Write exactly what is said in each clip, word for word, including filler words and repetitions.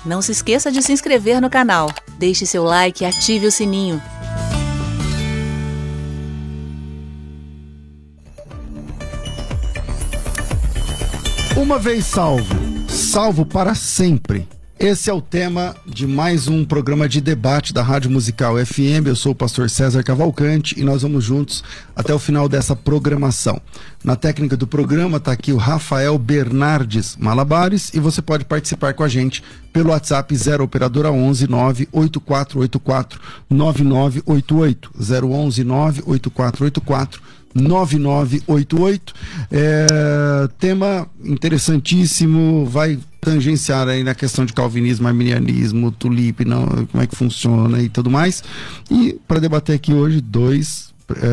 Não se esqueça de se inscrever no canal. Deixe seu like e ative o sininho. Uma vez salvo, salvo para sempre. Esse é o tema de mais um programa de debate da Rádio Musical F M. Eu sou o pastor César Cavalcante e nós vamos juntos até o final dessa programação. Na técnica do programa está aqui o Rafael Bernardes Malabares e você pode participar com a gente pelo WhatsApp zero operadora onze nove oito quatro oito quatro nove nove oito oito, zero onze nove oito quatro oito quatro nove nove oito oito. É, tema interessantíssimo, vai tangenciar aí na questão de calvinismo, arminianismo, tulipe, não, como é que funciona e tudo mais. E para debater aqui hoje, dois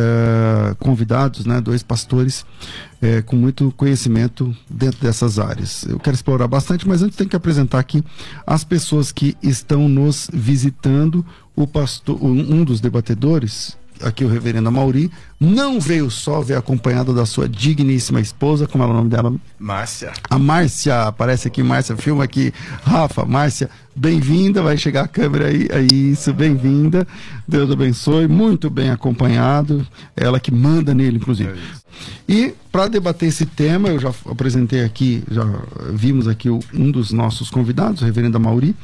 é, convidados, né, dois pastores é, com muito conhecimento dentro dessas áreas. Eu quero explorar bastante, mas antes tem que apresentar aqui as pessoas que estão nos visitando. O pastor, um dos debatedores, aqui o reverendo Amaury, não veio só, veio acompanhado da sua digníssima esposa, como é o nome dela? Márcia. A Márcia, aparece aqui, Márcia, filma aqui. Rafa, Márcia, bem-vinda, vai chegar a câmera aí, é isso, bem-vinda, Deus abençoe, muito bem acompanhado, ela que manda nele, inclusive. É e para debater esse tema, eu já apresentei aqui, já vimos aqui um dos nossos convidados, o reverendo Amaury,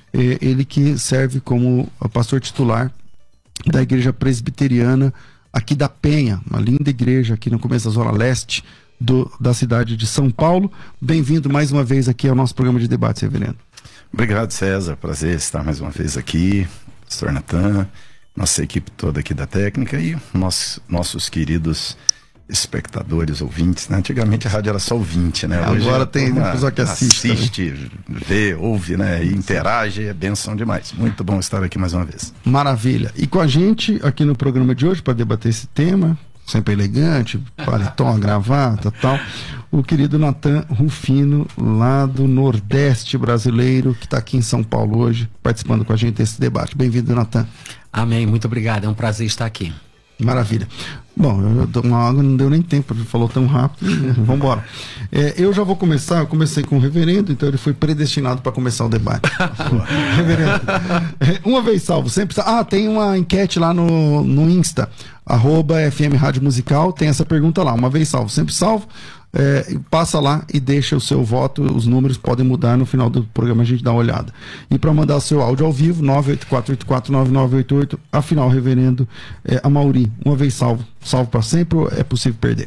ele que serve como pastor titular da Igreja Presbiteriana aqui da Penha, uma linda igreja aqui no começo da Zona Leste do, da cidade de São Paulo. Bem-vindo mais uma vez aqui ao nosso programa de debates, reverendo. Obrigado, César, prazer estar mais uma vez aqui, pastor Natan, nossa equipe toda aqui da técnica e nossos, nossos queridos espectadores, ouvintes, né? Antigamente a rádio era só ouvinte, né? Hoje agora tem uma pessoa que assiste, assiste vê, ouve, né? E interage, é bênção demais. Muito bom estar aqui mais uma vez. Maravilha. E com a gente aqui no programa de hoje para debater esse tema, sempre elegante, paletó, gravata, tal, o querido Natan Rufino, lá do Nordeste brasileiro, que está aqui em São Paulo hoje, participando com a gente desse debate. Bem-vindo, Natan. Amém, muito obrigado, é um prazer estar aqui. Maravilha. Bom, eu dou uma água, não deu nem tempo, ele falou tão rápido. Vamos embora. É, eu já vou começar, eu comecei com o reverendo, então ele foi predestinado para começar o debate. Reverendo, é, uma vez salvo, sempre salvo. Ah, tem uma enquete lá no, no Insta, arroba F M Rádio Musical, tem essa pergunta lá, uma vez salvo, sempre salvo. É, passa lá e deixa o seu voto, os números podem mudar no final do programa, a gente dá uma olhada. E para mandar o seu áudio ao vivo, nove oito quatro oito quatro nove nove oito oito. Afinal, reverendo é, Amaury, uma vez salvo, salvo para sempre ou é possível perder?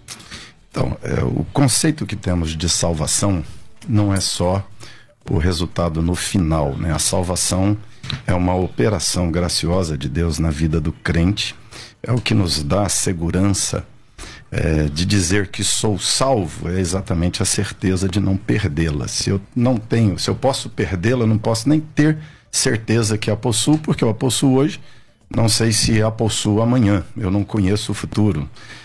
Então, é, o conceito que temos de salvação não é só o resultado no final, né? A salvação é uma operação graciosa de Deus na vida do crente, é o que nos dá a segurança É, de dizer que sou salvo, é exatamente a certeza de não perdê-la. Se eu não tenho, se eu posso perdê-la, eu não posso nem ter certeza que a possuo, porque eu a possuo hoje, não sei se a possuo amanhã, eu não conheço o futuro.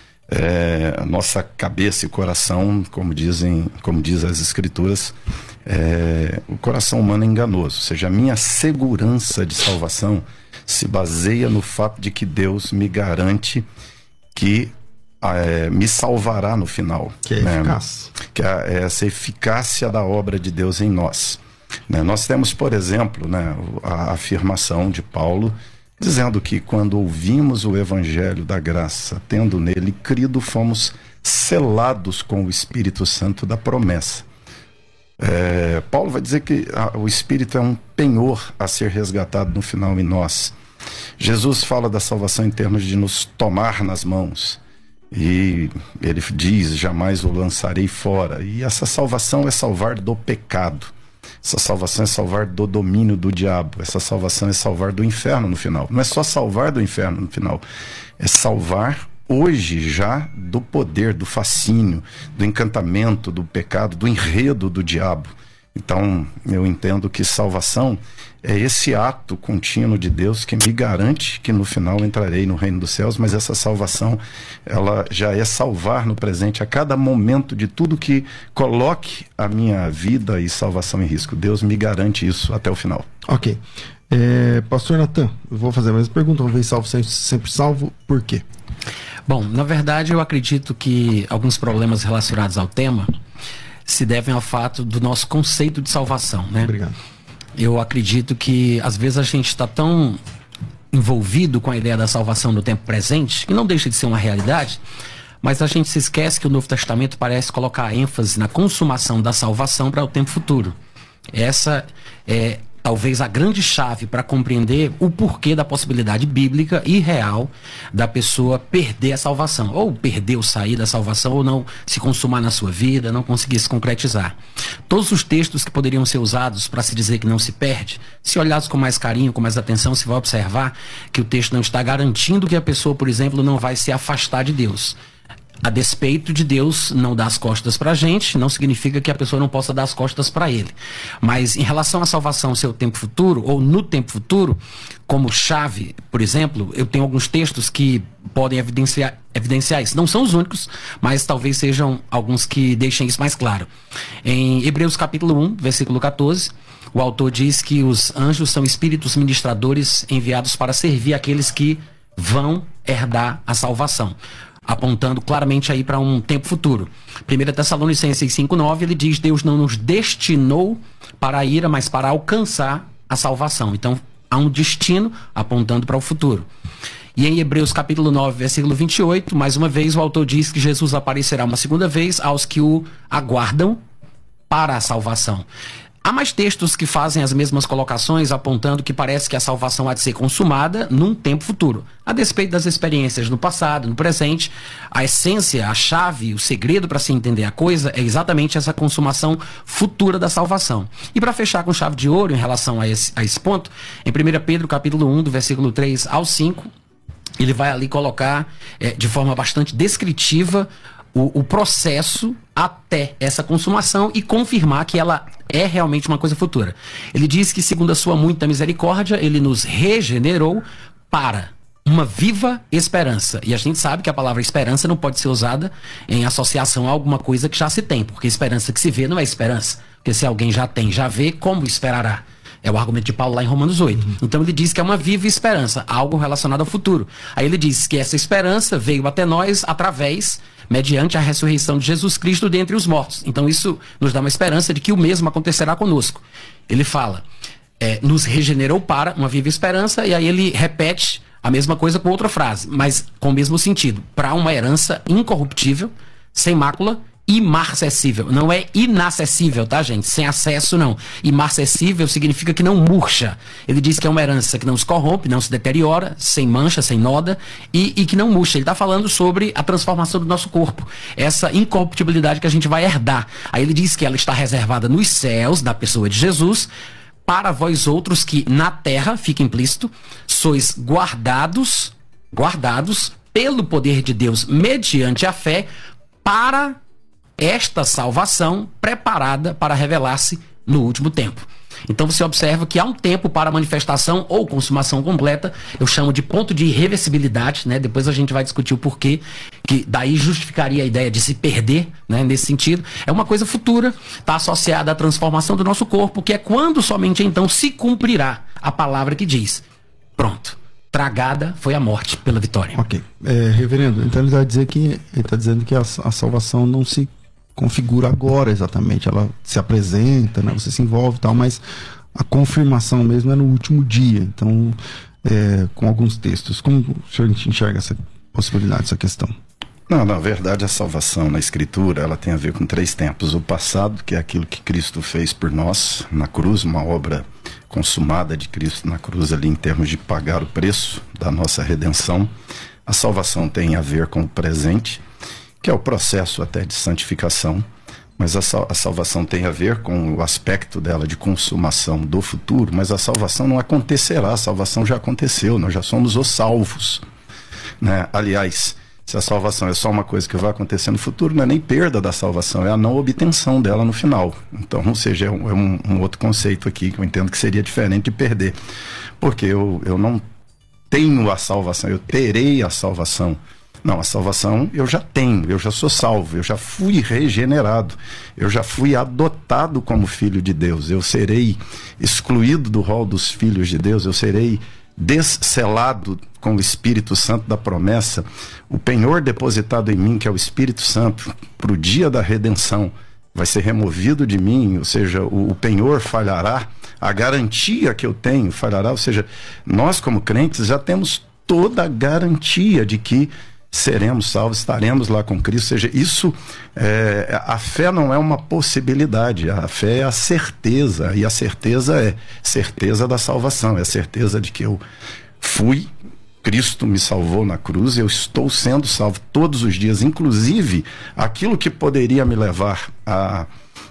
É, a nossa cabeça e coração, como dizem, como diz as escrituras, é, o coração humano é enganoso, ou seja, a minha segurança de salvação se baseia no fato de que Deus me garante que É, me salvará no final. Que é né? eficaz. Que é essa eficácia da obra de Deus em nós. Né? Nós temos, por exemplo, né, a afirmação de Paulo, dizendo que quando ouvimos o Evangelho da graça, tendo nele crido, fomos selados com o Espírito Santo da promessa. É, Paulo vai dizer que a, o Espírito é um penhor a ser resgatado no final em nós. Jesus fala da salvação em termos de nos tomar nas mãos. E ele diz, jamais o lançarei fora. E essa salvação é salvar do pecado. Essa salvação é salvar do domínio do diabo. Essa salvação é salvar do inferno no final. Não é só salvar do inferno no final. É salvar hoje já do poder, do fascínio, do encantamento, do pecado, do enredo do diabo. Então, eu entendo que salvação é esse ato contínuo de Deus que me garante que no final entrarei no reino dos céus, mas essa salvação, ela já é salvar no presente a cada momento de tudo que coloque a minha vida e salvação em risco. Deus me garante isso até o final. Ok. É, Pastor Natan, eu vou fazer a mesma pergunta, uma vez salvo, sempre, sempre salvo, por quê? Bom, na verdade eu acredito que alguns problemas relacionados ao tema se devem ao fato do nosso conceito de salvação, né? Obrigado. Eu acredito que às vezes a gente está tão envolvido com a ideia da salvação no tempo presente, que não deixa de ser uma realidade, mas a gente se esquece que o Novo Testamento parece colocar ênfase na consumação da salvação para o tempo futuro. Essa é talvez a grande chave para compreender o porquê da possibilidade bíblica e real da pessoa perder a salvação, ou perder ou sair da salvação, ou não se consumar na sua vida, não conseguir se concretizar. Todos os textos que poderiam ser usados para se dizer que não se perde, se olhados com mais carinho, com mais atenção, se vai observar que o texto não está garantindo que a pessoa, por exemplo, não vai se afastar de Deus. A despeito de Deus não dar as costas para a gente, não significa que a pessoa não possa dar as costas para Ele. Mas em relação à salvação no seu tempo futuro, ou no tempo futuro, como chave, por exemplo, eu tenho alguns textos que podem evidenciar, evidenciar isso. Não são os únicos, mas talvez sejam alguns que deixem isso mais claro. Em Hebreus capítulo um, versículo quatorze, o autor diz que os anjos são espíritos ministradores enviados para servir aqueles que vão herdar a salvação, apontando claramente aí para um tempo futuro. primeira Tessalonicenses cinco, nove, ele diz: Deus não nos destinou para a ira, mas para alcançar a salvação. Então, há um destino apontando para o futuro. E em Hebreus capítulo nove, versículo vinte e oito, mais uma vez o autor diz que Jesus aparecerá uma segunda vez aos que o aguardam para a salvação. Há mais textos que fazem as mesmas colocações, apontando que parece que a salvação há de ser consumada num tempo futuro. A despeito das experiências no passado, no presente, a essência, a chave, o segredo para se entender a coisa é exatamente essa consumação futura da salvação. E para fechar com chave de ouro em relação a esse, a esse ponto, em primeira Pedro capítulo um, do versículo três ao cinco, ele vai ali colocar é, de forma bastante descritiva O, o processo até essa consumação e confirmar que ela é realmente uma coisa futura. Ele diz que, segundo a sua muita misericórdia, ele nos regenerou para uma viva esperança. E a gente sabe que a palavra esperança não pode ser usada em associação a alguma coisa que já se tem, porque esperança que se vê não é esperança. Porque se alguém já tem, já vê, como esperará? É o argumento de Paulo lá em Romanos oito. Uhum. Então ele diz que é uma viva esperança, algo relacionado ao futuro. Aí ele diz que essa esperança veio até nós através, mediante a ressurreição de Jesus Cristo dentre os mortos. Então isso nos dá uma esperança de que o mesmo acontecerá conosco. Ele fala, é, nos regenerou para uma viva esperança, e aí ele repete a mesma coisa com outra frase, mas com o mesmo sentido. Para uma herança incorruptível, sem mácula, imarcessível. Não é inacessível, tá, gente? Sem acesso, não. Imarcessível significa que não murcha. Ele diz que é uma herança que não se corrompe, não se deteriora, sem mancha, sem noda, e, e que não murcha. Ele está falando sobre a transformação do nosso corpo, essa incorruptibilidade que a gente vai herdar. Aí ele diz que ela está reservada nos céus, na pessoa de Jesus, para vós outros que na terra, fica implícito, sois guardados, guardados pelo poder de Deus mediante a fé, para esta salvação preparada para revelar-se no último tempo. Então você observa que há um tempo para a manifestação ou consumação completa, eu chamo de ponto de irreversibilidade, né? Depois a gente vai discutir o porquê, que daí justificaria a ideia de se perder, né? Nesse sentido. É uma coisa futura, está associada à transformação do nosso corpo, que é quando somente então se cumprirá a palavra que diz: pronto, tragada foi a morte pela vitória. Ok. É, reverendo, então ele vai dizer que ele está dizendo que a, a salvação não se configura agora exatamente, ela se apresenta, né? Você se envolve e tal, mas a confirmação mesmo é no último dia. Então, é, com alguns textos, como o senhor enxerga essa possibilidade, essa questão? Não, na verdade a salvação na Escritura, ela tem a ver com três tempos. O passado, que é aquilo que Cristo fez por nós na cruz, uma obra consumada de Cristo na cruz ali em termos de pagar o preço da nossa redenção. A salvação tem a ver com o presente, que é o processo até de santificação, mas a, sal, a salvação tem a ver com o aspecto dela de consumação do futuro, mas a salvação não acontecerá, a salvação já aconteceu, nós já somos os salvos, né? Aliás, se a salvação é só uma coisa que vai acontecer no futuro, não é nem perda da salvação, é a não obtenção dela no final. Então, ou seja, é um, é um, um outro conceito aqui que eu entendo que seria diferente de perder, porque eu, eu não tenho a salvação, eu terei a salvação. Não, a salvação eu já tenho, eu já sou salvo, eu já fui regenerado, eu já fui adotado como filho de Deus, eu serei excluído do rol dos filhos de Deus, eu serei desselado com o Espírito Santo da promessa. O penhor depositado em mim, que é o Espírito Santo, para o dia da redenção, vai ser removido de mim, ou seja, o, o penhor falhará, a garantia que eu tenho falhará, ou seja, nós como crentes já temos toda a garantia de que seremos salvos, estaremos lá com Cristo, ou seja, isso, é, a fé não é uma possibilidade, a fé é a certeza, e a certeza é certeza da salvação, é a certeza de que eu fui, Cristo me salvou na cruz, eu estou sendo salvo todos os dias, inclusive aquilo que poderia me levar a,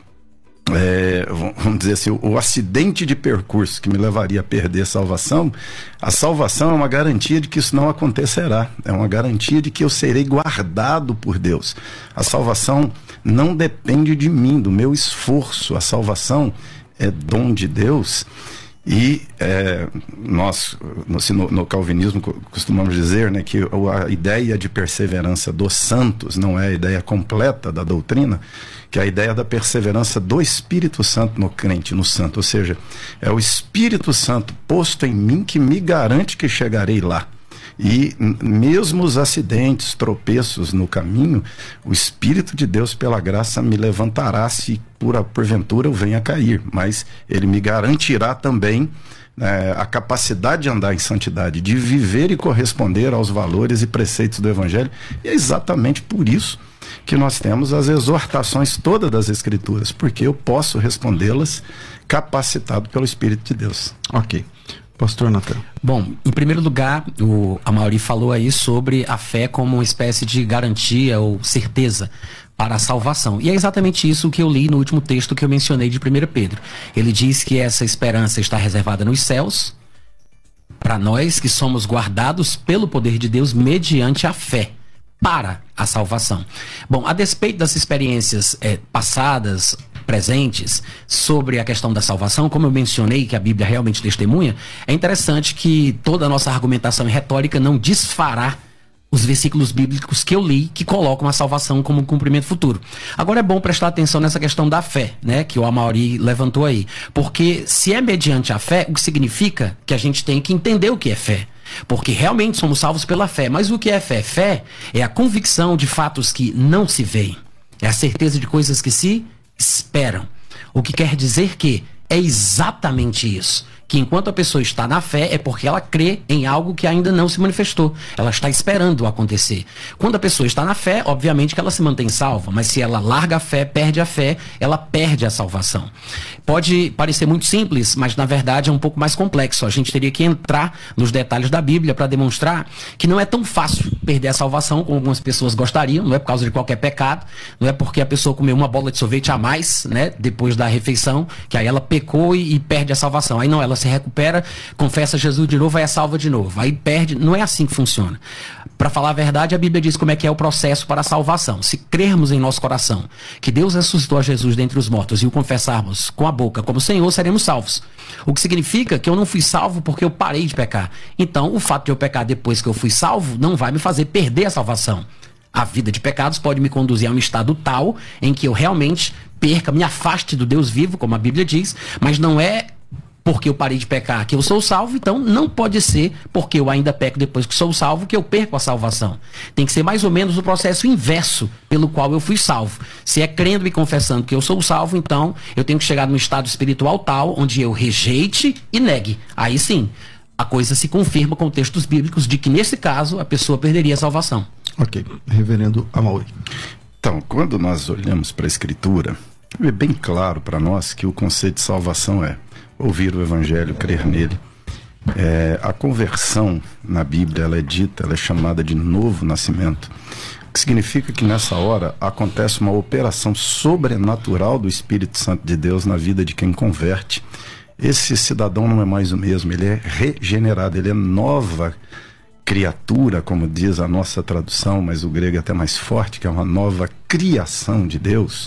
é, vamos dizer assim, o, o acidente de percurso que me levaria a perder a salvação, a salvação é uma garantia de que isso não acontecerá, é uma garantia de que eu serei guardado por Deus. A salvação não depende de mim, do meu esforço, a salvação é dom de Deus. E é, nós, no, no calvinismo, costumamos dizer, né, que a ideia de perseverança dos santos não é a ideia completa da doutrina, que é a ideia da perseverança do Espírito Santo no crente, no santo. Ou seja, é o Espírito Santo posto em mim que me garante que chegarei lá. E mesmo os acidentes, tropeços no caminho, o Espírito de Deus, pela graça, me levantará se por, porventura eu venha a cair, mas Ele me garantirá também é, a capacidade de andar em santidade, de viver e corresponder aos valores e preceitos do Evangelho. E é exatamente por isso que nós temos as exortações todas das Escrituras, porque eu posso respondê-las capacitado pelo Espírito de Deus. Ok. Pastor Natan. Bom, em primeiro lugar, o Amaury falou aí sobre a fé como uma espécie de garantia ou certeza para a salvação. E é exatamente isso que eu li no último texto que eu mencionei de primeiro Pedro. Ele diz que essa esperança está reservada nos céus, para nós que somos guardados pelo poder de Deus mediante a fé para a salvação. Bom, a despeito das experiências é, passadas, presentes, sobre a questão da salvação, como eu mencionei, que a Bíblia realmente testemunha, é interessante que toda a nossa argumentação e retórica não desfará os versículos bíblicos que eu li, que colocam a salvação como um cumprimento futuro. Agora é bom prestar atenção nessa questão da fé, né, que o Amaury levantou aí, porque se é mediante a fé, o que significa que a gente tem que entender o que é fé. Porque realmente somos salvos pela fé. Mas o que é fé? Fé é a convicção de fatos que não se veem. É a certeza de coisas que se esperam. O que quer dizer que é exatamente isso. Que enquanto a pessoa está na fé, é porque ela crê em algo que ainda não se manifestou. Ela está esperando acontecer. Quando a pessoa está na fé, obviamente que ela se mantém salva. Mas se ela larga a fé, perde a fé, ela perde a salvação. Pode parecer muito simples, mas na verdade é um pouco mais complexo. A gente teria que entrar nos detalhes da Bíblia para demonstrar que não é tão fácil perder a salvação como algumas pessoas gostariam. Não é por causa de qualquer pecado. Não é porque a pessoa comeu uma bola de sorvete a mais, né, depois da refeição, que aí ela pecou e, e perde a salvação. Aí não, ela se recupera, confessa Jesus de novo, aí é salva de novo. Aí perde. Não é assim que funciona. Para falar a verdade, a Bíblia diz como é que é o processo para a salvação. Se crermos em nosso coração que Deus ressuscitou a Jesus dentre os mortos e o confessarmos com a boca como Senhor, seremos salvos. O que significa que eu não fui salvo porque eu parei de pecar. Então, o fato de eu pecar depois que eu fui salvo não vai me fazer perder a salvação. A vida de pecados pode me conduzir a um estado tal em que eu realmente perca, me afaste do Deus vivo, como a Bíblia diz, mas não é porque eu parei de pecar que eu sou salvo, então não pode ser porque eu ainda peco depois que sou salvo que eu perco a salvação. Tem que ser mais ou menos o processo inverso pelo qual eu fui salvo. Se é crendo e confessando que eu sou salvo, então eu tenho que chegar num estado espiritual tal onde eu rejeite e negue. Aí sim, a coisa se confirma com textos bíblicos de que nesse caso a pessoa perderia a salvação. Ok. Reverendo Amaury. Então, quando nós olhamos para a Escritura, é bem claro para nós que o conceito de salvação é ouvir o Evangelho, crer nele. É, a conversão na Bíblia, ela é dita, ela é chamada de novo nascimento, o que significa que nessa hora acontece uma operação sobrenatural do Espírito Santo de Deus na vida de quem converte. Esse cidadão não é mais o mesmo, ele é regenerado, ele é nova criatura, como diz a nossa tradução, mas o grego é até mais forte, que é uma nova criação de Deus.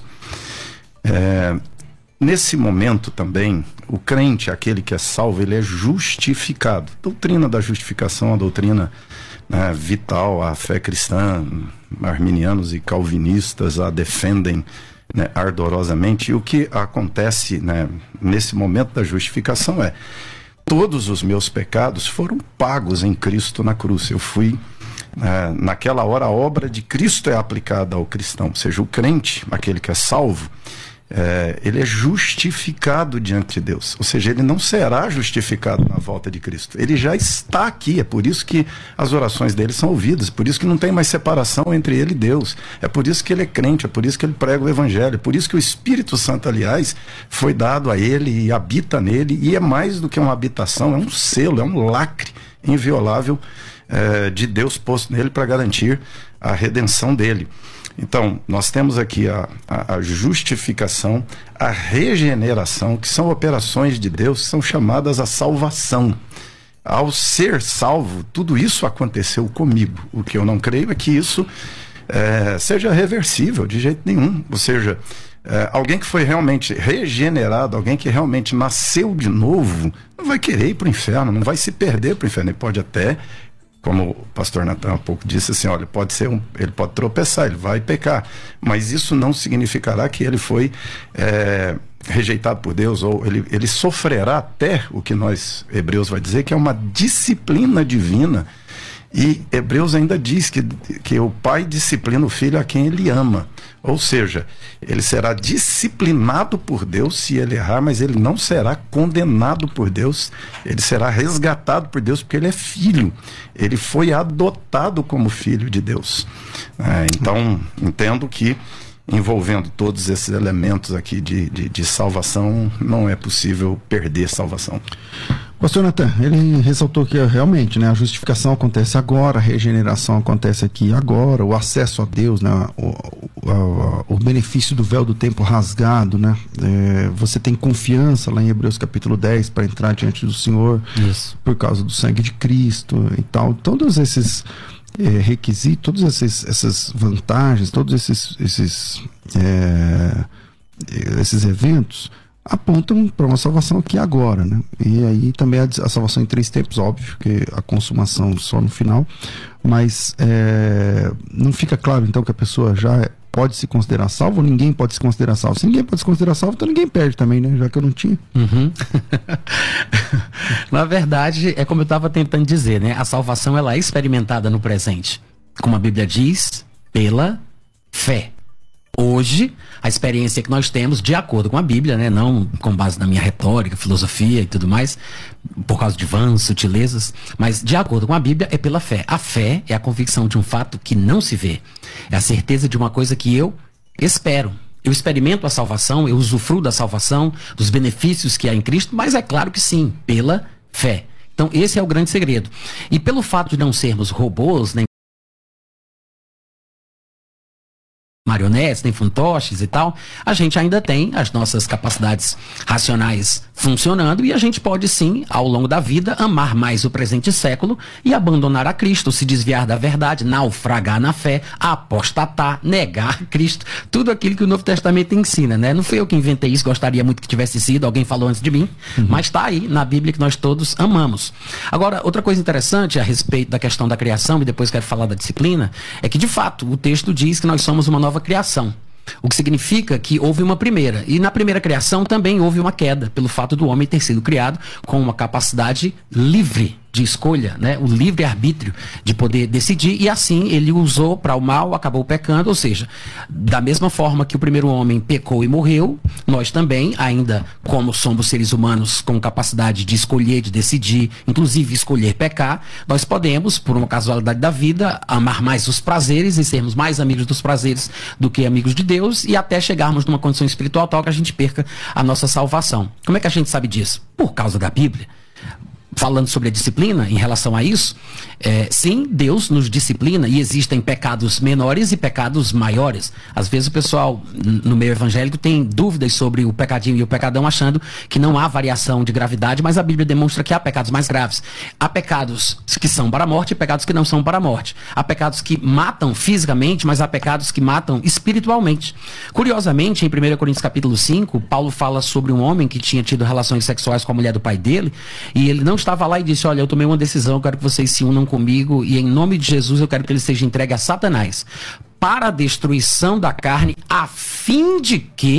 É... Nesse momento também, o crente, aquele que é salvo, ele é justificado. A doutrina da justificação, a doutrina, né, vital, a fé cristã, arminianos e calvinistas a defendem, né, ardorosamente. E o que acontece, né, nesse momento da justificação é: todos os meus pecados foram pagos em Cristo na cruz. Eu fui É, naquela hora a obra de Cristo é aplicada ao cristão, ou seja, o crente, aquele que é salvo, é, ele é justificado diante de Deus, ou seja, ele não será justificado na volta de Cristo, ele já está aqui. É por isso que as orações dele são ouvidas, por isso que não tem mais separação entre ele e Deus, é por isso que ele é crente, é por isso que ele prega o evangelho, é por isso que o Espírito Santo, aliás, foi dado a ele e habita nele, e é mais do que uma habitação, é um selo, é um lacre inviolável é, de Deus posto nele para garantir a redenção dele. Então, nós temos aqui a, a, a justificação, a regeneração, que são operações de Deus, que são chamadas a salvação. Ao ser salvo, tudo isso aconteceu comigo. O que eu não creio é que isso é, seja reversível, de jeito nenhum. Ou seja, é, alguém que foi realmente regenerado, alguém que realmente nasceu de novo, não vai querer ir para o inferno, não vai se perder para o inferno. Ele pode até, como o pastor Natan há pouco disse, assim, olha, pode ser um, ele pode tropeçar, ele vai pecar, mas isso não significará que ele foi é, rejeitado por Deus, ou ele, ele sofrerá até o que nós, Hebreus vai dizer, que é uma disciplina divina. E Hebreus ainda diz que, que o pai disciplina o filho a quem ele ama. Ou seja, ele será disciplinado por Deus se ele errar, mas ele não será condenado por Deus, ele será resgatado por Deus, porque ele é filho, ele foi adotado como filho de Deus. É, então, entendo que envolvendo todos esses elementos aqui de, de, de salvação, não é possível perder salvação. Pastor Natan, ele ressaltou que realmente, né, a justificação acontece agora, a regeneração acontece aqui agora, o acesso a Deus, né, o, o, o benefício do véu do tempo rasgado, né, é, você tem confiança lá em Hebreus capítulo dez para entrar diante do Senhor. Isso. Por causa do sangue de Cristo e tal, todos esses é, requisitos, todas esses, essas vantagens, todos esses, esses, é, esses eventos apontam para uma salvação aqui agora, né? E aí também a, a salvação em três tempos, óbvio, que a consumação só no final, mas é, não fica claro então que a pessoa já pode se considerar salvo ou ninguém pode se considerar salvo? Se ninguém pode se considerar salvo, então ninguém perde também, né? Já que eu não tinha. Uhum. Na verdade, é como eu estava tentando dizer, né? A salvação ela é experimentada no presente, como a Bíblia diz, pela fé. Hoje, a experiência que nós temos, de acordo com a Bíblia, né, não com base na minha retórica, filosofia e tudo mais, por causa de vãs, sutilezas, mas de acordo com a Bíblia, é pela fé. A fé é a convicção de um fato que não se vê. É a certeza de uma coisa que eu espero. Eu experimento a salvação, eu usufruo da salvação, dos benefícios que há em Cristo, mas é claro que sim, pela fé. Então, esse é o grande segredo. E pelo fato de não sermos robôs, nem marionetes, nem fantoches e tal, a gente ainda tem as nossas capacidades racionais funcionando e a gente pode sim, ao longo da vida, amar mais o presente século e abandonar a Cristo, se desviar da verdade, naufragar na fé, apostatar, negar Cristo, tudo aquilo que o Novo Testamento ensina, né? Não fui eu que inventei isso, gostaria muito que tivesse sido, alguém falou antes de mim, uhum. Mas está aí na Bíblia que nós todos amamos. Agora, outra coisa interessante a respeito da questão da criação, e depois quero falar da disciplina, é que de fato o texto diz que nós somos uma nova criação. O que significa que houve uma primeira. E na primeira criação também houve uma queda, pelo fato do homem ter sido criado com uma capacidade livre de escolha, né? O livre-arbítrio de poder decidir, e assim ele usou para o mal, acabou pecando. Ou seja, da mesma forma que o primeiro homem pecou e morreu, nós também, ainda como somos seres humanos com capacidade de escolher, de decidir, inclusive escolher pecar, nós podemos, por uma casualidade da vida, amar mais os prazeres e sermos mais amigos dos prazeres do que amigos de Deus, e até chegarmos numa condição espiritual tal que a gente perca a nossa salvação. Como é que a gente sabe disso? Por causa da Bíblia. Falando sobre a disciplina, em relação a isso, é, sim, Deus nos disciplina e existem pecados menores e pecados maiores. Às vezes o pessoal no meio evangélico tem dúvidas sobre o pecadinho e o pecadão, achando que não há variação de gravidade, mas a Bíblia demonstra que há pecados mais graves. Há pecados que são para a morte e pecados que não são para a morte. Há pecados que matam fisicamente, mas há pecados que matam espiritualmente. Curiosamente, em primeira Coríntios capítulo cinco, Paulo fala sobre um homem que tinha tido relações sexuais com a mulher do pai dele, e ele não estava lá e disse: olha, eu tomei uma decisão, eu quero que vocês se unam comigo e em nome de Jesus eu quero que ele seja entregue a Satanás para a destruição da carne, a fim de que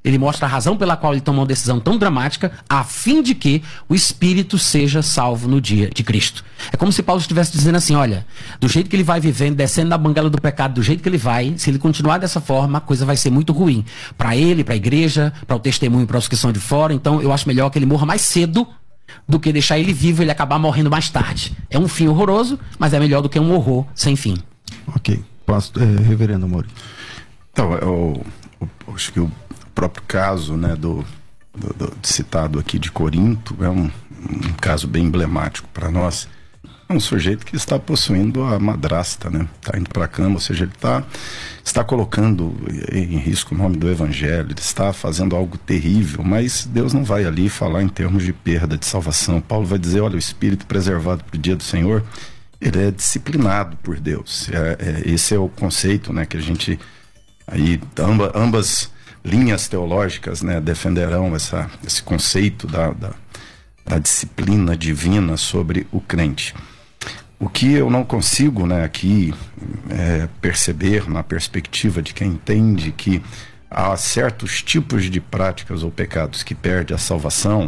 ele mostra a razão pela qual ele tomou uma decisão tão dramática, a fim de que o espírito seja salvo no dia de Cristo. É como se Paulo estivesse dizendo assim, olha, do jeito que ele vai vivendo, descendo na banguela do pecado, do jeito que ele vai, se ele continuar dessa forma, a coisa vai ser muito ruim. Para ele, para a igreja, para o testemunho, para os que são de fora. Então eu acho melhor que ele morra mais cedo do que deixar ele vivo e ele acabar morrendo mais tarde. É um fim horroroso, mas é melhor do que um horror sem fim. Ok. Pastor, é, reverendo Amorim. Então, eu, eu, eu acho que o próprio caso, né, do, do, do citado aqui de Corinto é um, um caso bem emblemático para nós. É um sujeito que está possuindo a madrasta, né? Está indo para a cama, ou seja, ele tá, está colocando em risco o nome do evangelho, ele está fazendo algo terrível, mas Deus não vai ali falar em termos de perda, de salvação. Paulo vai dizer, olha, o espírito preservado para o dia do Senhor, ele é disciplinado por Deus. É, é, esse é o conceito, né, que a gente, aí, amba, ambas linhas teológicas, né, defenderão essa, esse conceito da, da, da disciplina divina sobre o crente. O que eu não consigo, né, aqui é, perceber na perspectiva de quem entende que há certos tipos de práticas ou pecados que perde a salvação,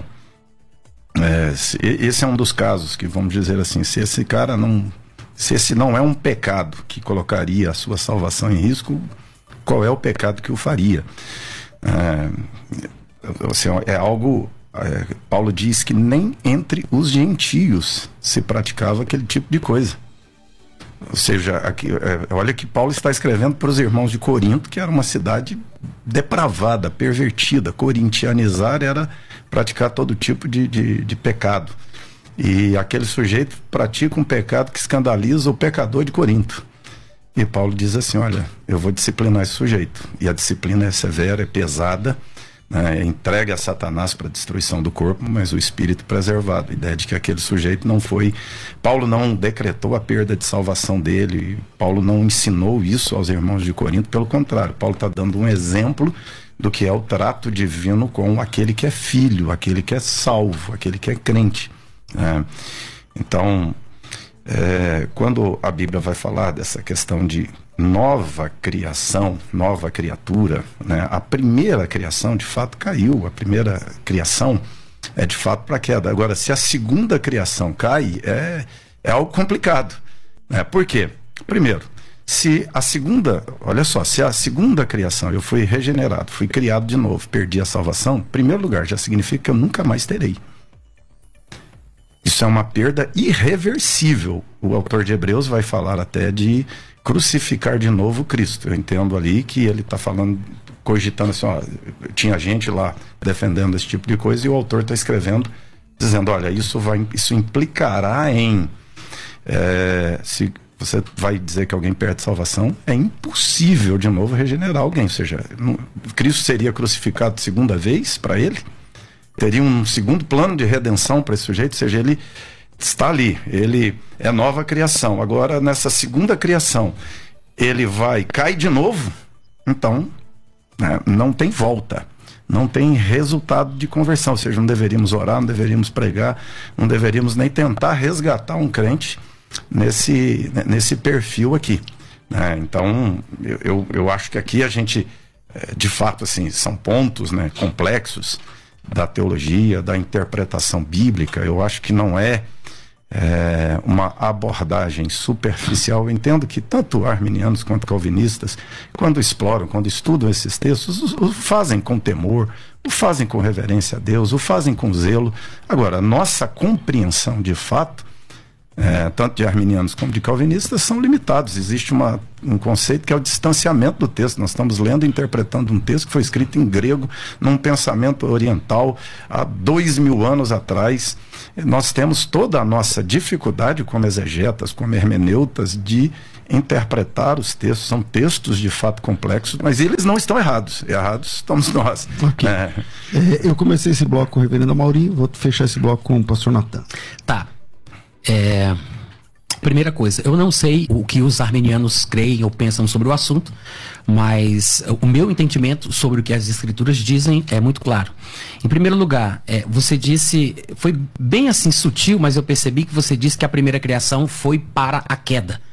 é, esse é um dos casos que, vamos dizer assim, se esse cara não, se esse não é um pecado que colocaria a sua salvação em risco, qual é o pecado que o faria? É, assim, é algo... É, Paulo diz que nem entre os gentios se praticava aquele tipo de coisa. Ou seja, aqui, é, olha que Paulo está escrevendo para os irmãos de Corinto, que era uma cidade depravada, pervertida. Corintianizar era praticar todo tipo de, de, de pecado. E aquele sujeito pratica um pecado que escandaliza o pecador de Corinto. E Paulo diz assim, olha, eu vou disciplinar esse sujeito. E a disciplina é severa, é pesada, É, entregue a Satanás para a destruição do corpo, mas o espírito preservado. A ideia de que aquele sujeito não foi... Paulo não decretou a perda de salvação dele, Paulo não ensinou isso aos irmãos de Corinto, pelo contrário, Paulo está dando um exemplo do que é o trato divino com aquele que é filho, aquele que é salvo, aquele que é crente. É, então, é, quando a Bíblia vai falar dessa questão de nova criação, nova criatura, né? A primeira criação de fato caiu, a primeira criação é de fato para queda. Agora, se a segunda criação cai, é, é algo complicado, né? Por quê? Primeiro, se a segunda, olha só, se a segunda criação eu fui regenerado, fui criado de novo, perdi a salvação, em primeiro lugar, já significa que eu nunca mais terei. Isso é uma perda irreversível. O autor de Hebreus vai falar até de crucificar de novo Cristo. Eu entendo ali que ele está falando, cogitando assim, ó, tinha gente lá defendendo esse tipo de coisa e o autor está escrevendo, dizendo, olha, isso, vai, isso implicará em, é, se você vai dizer que alguém perde salvação, é impossível de novo regenerar alguém, ou seja, não, Cristo seria crucificado segunda vez para ele, teria um segundo plano de redenção para esse sujeito, ou seja, ele está ali, ele é nova criação. Agora, nessa segunda criação, ele vai, cai de novo, então, né, não tem volta, não tem resultado de conversão, ou seja, não deveríamos orar, não deveríamos pregar, não deveríamos nem tentar resgatar um crente nesse, nesse perfil aqui, né? Então, eu, eu, eu acho que aqui a gente, de fato, assim, são pontos, né, complexos da teologia, da interpretação bíblica. Eu acho que não é É, uma abordagem superficial. Eu entendo que tanto arminianos quanto calvinistas, quando exploram, quando estudam esses textos, o, o fazem com temor, o fazem com reverência a Deus, o fazem com zelo. Agora, a nossa compreensão de fato, é, tanto de arminianos como de calvinistas, são limitados. Existe uma, um conceito que é o distanciamento do texto. Nós estamos lendo e interpretando um texto que foi escrito em grego, num pensamento oriental, há dois mil anos atrás. Nós temos toda a nossa dificuldade como exegetas, como hermeneutas, de interpretar os textos. São textos de fato complexos, mas eles não estão errados. Errados estamos nós. Okay. É. É, eu comecei esse bloco com o reverendo Amaury, vou fechar esse bloco com o pastor Natan. Tá. É... Primeira coisa, eu não sei o que os arminianos creem ou pensam sobre o assunto, mas o meu entendimento sobre o que as escrituras dizem é muito claro. Em primeiro lugar, é, você disse, foi bem assim sutil, mas eu percebi que você disse que a primeira criação foi para a queda.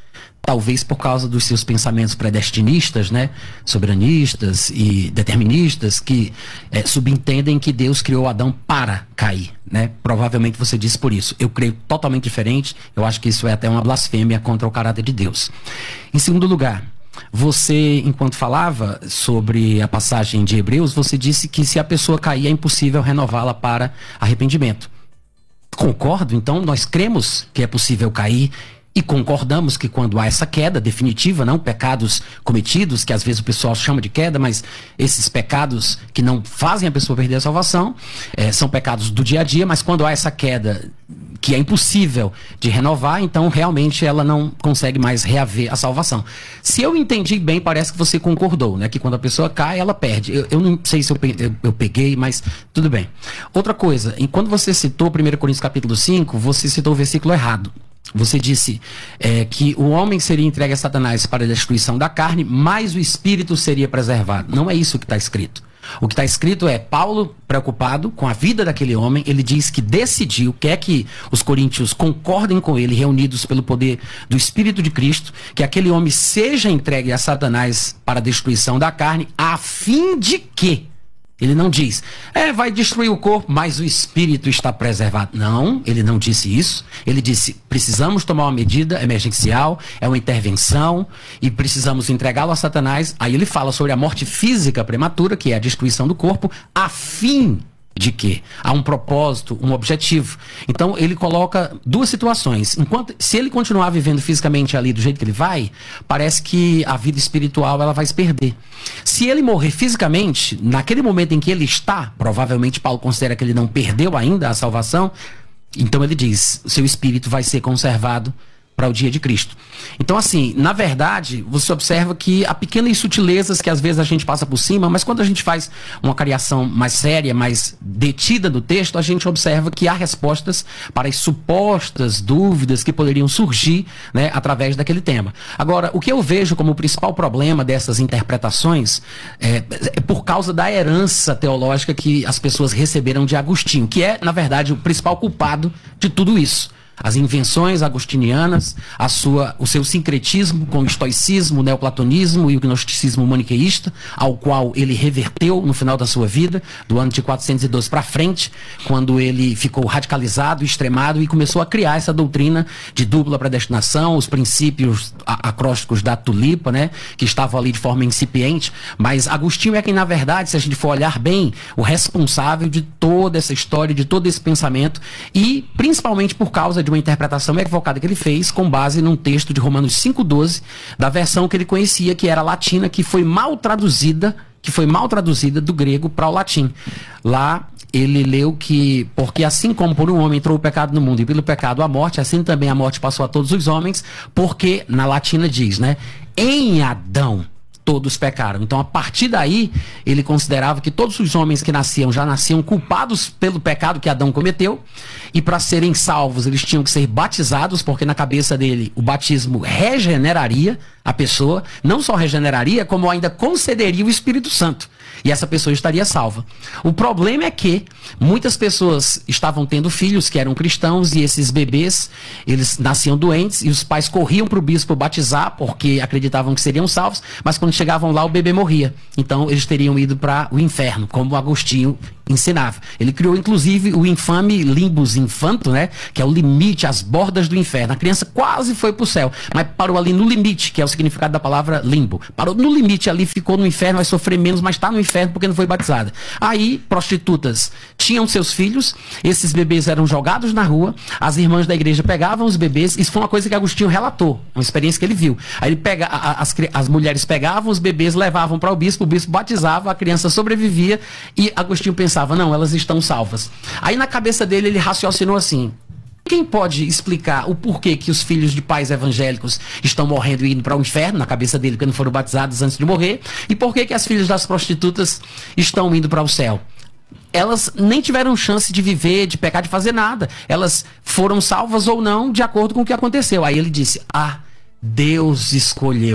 talvez por causa dos seus pensamentos predestinistas, né, soberanistas e deterministas, que é, subentendem que Deus criou Adão para cair, né? Provavelmente você disse por isso. Eu creio totalmente diferente. Eu acho que isso é até uma blasfêmia contra o caráter de Deus. Em segundo lugar, você, enquanto falava sobre a passagem de Hebreus, você disse que se a pessoa cair é impossível renová-la para arrependimento. Concordo, então nós cremos que é possível cair e concordamos que quando há essa queda definitiva, não pecados cometidos, que às vezes o pessoal chama de queda, mas esses pecados que não fazem a pessoa perder a salvação, é, são pecados do dia a dia, mas quando há essa queda que é impossível de renovar, então realmente ela não consegue mais reaver a salvação. Se eu entendi bem, parece que você concordou, né? Que quando a pessoa cai, ela perde. Eu, eu não sei se eu, eu, eu peguei, mas tudo bem. Outra coisa, quando você citou primeira Coríntios capítulo cinco, você citou o versículo errado. Você disse é, que o homem seria entregue a Satanás para a destruição da carne, mas o espírito seria preservado. Não é isso que está escrito. O que está escrito é Paulo, preocupado com a vida daquele homem, ele diz que decidiu, quer que os coríntios concordem com ele, reunidos pelo poder do Espírito de Cristo, que aquele homem seja entregue a Satanás para a destruição da carne, a fim de que... Ele não diz, é, vai destruir o corpo, mas o espírito está preservado. Não, ele não disse isso. Ele disse, precisamos tomar uma medida emergencial, é uma intervenção, e precisamos entregá-lo a Satanás. Aí ele fala sobre a morte física prematura, que é a destruição do corpo, a fim de que há um propósito, um objetivo. Então ele coloca duas situações. Enquanto, se ele continuar vivendo fisicamente ali do jeito que ele vai, parece que a vida espiritual ela vai se perder. Se ele morrer fisicamente, naquele momento em que ele está, provavelmente Paulo considera que ele não perdeu ainda a salvação, então ele diz, seu espírito vai ser conservado para o dia de Cristo. Então, assim, na verdade, você observa que há pequenas sutilezas que às vezes a gente passa por cima, mas quando a gente faz uma criação mais séria, mais detida do texto, a gente observa que há respostas para as supostas dúvidas que poderiam surgir, né, através daquele tema. Agora, o que eu vejo como o principal problema dessas interpretações é, é por causa da herança teológica que as pessoas receberam de Agostinho, que é, na verdade, o principal culpado de tudo isso. As invenções agostinianas, a sua, o seu sincretismo com o estoicismo, o neoplatonismo e o gnosticismo maniqueísta, ao qual ele reverteu no final da sua vida, do ano de quatrocentos e doze para frente, quando ele ficou radicalizado, extremado e começou a criar essa doutrina de dupla predestinação, os princípios acrósticos da tulipa, né, que estavam ali de forma incipiente. Mas Agostinho é quem, na verdade, se a gente for olhar bem, o responsável de toda essa história, de todo esse pensamento, e principalmente por causa de uma interpretação equivocada que ele fez com base num texto de Romanos cinco doze, da versão que ele conhecia, que era latina, que foi mal traduzida, que foi mal traduzida do grego para o latim. Lá ele leu que, porque assim como por um homem entrou o pecado no mundo e pelo pecado a morte, assim também a morte passou a todos os homens, porque na latina diz, né, em Adão todos pecaram. Então, a partir daí, ele considerava que todos os homens que nasciam já nasciam culpados pelo pecado que Adão cometeu, e para serem salvos eles tinham que ser batizados, porque na cabeça dele o batismo regeneraria a pessoa, não só regeneraria, como ainda concederia o Espírito Santo. E essa pessoa estaria salva. O problema é que muitas pessoas estavam tendo filhos que eram cristãos, e esses bebês, eles nasciam doentes, e os pais corriam para o bispo batizar, porque acreditavam que seriam salvos, mas quando chegavam lá o bebê morria. Então eles teriam ido para o inferno, como Agostinho ensinava. Ele criou inclusive o infame limbus infanto, né, que é o limite, as bordas do inferno. A criança quase foi para o céu, mas parou ali no limite, que é o significado da palavra limbo. Parou no limite ali, ficou no inferno, vai sofrer menos, mas está no inferno porque não foi batizada. Aí, prostitutas tinham seus filhos, esses bebês eram jogados na rua, as irmãs da igreja pegavam os bebês, isso foi uma coisa que Agostinho relatou, uma experiência que ele viu. Aí ele pega, a, as, as mulheres pegavam os bebês, levavam para o bispo, o bispo batizava, a criança sobrevivia, e Agostinho pensava, não, elas estão salvas. Aí na cabeça dele ele raciocinou assim: quem pode explicar o porquê que os filhos de pais evangélicos estão morrendo e indo para o inferno, na cabeça dele, porque não foram batizados antes de morrer, e por que que as filhas das prostitutas estão indo para o céu? Elas nem tiveram chance de viver, de pecar, de fazer nada. Elas foram salvas ou não, de acordo com o que aconteceu. Aí ele disse, ah, Deus escolheu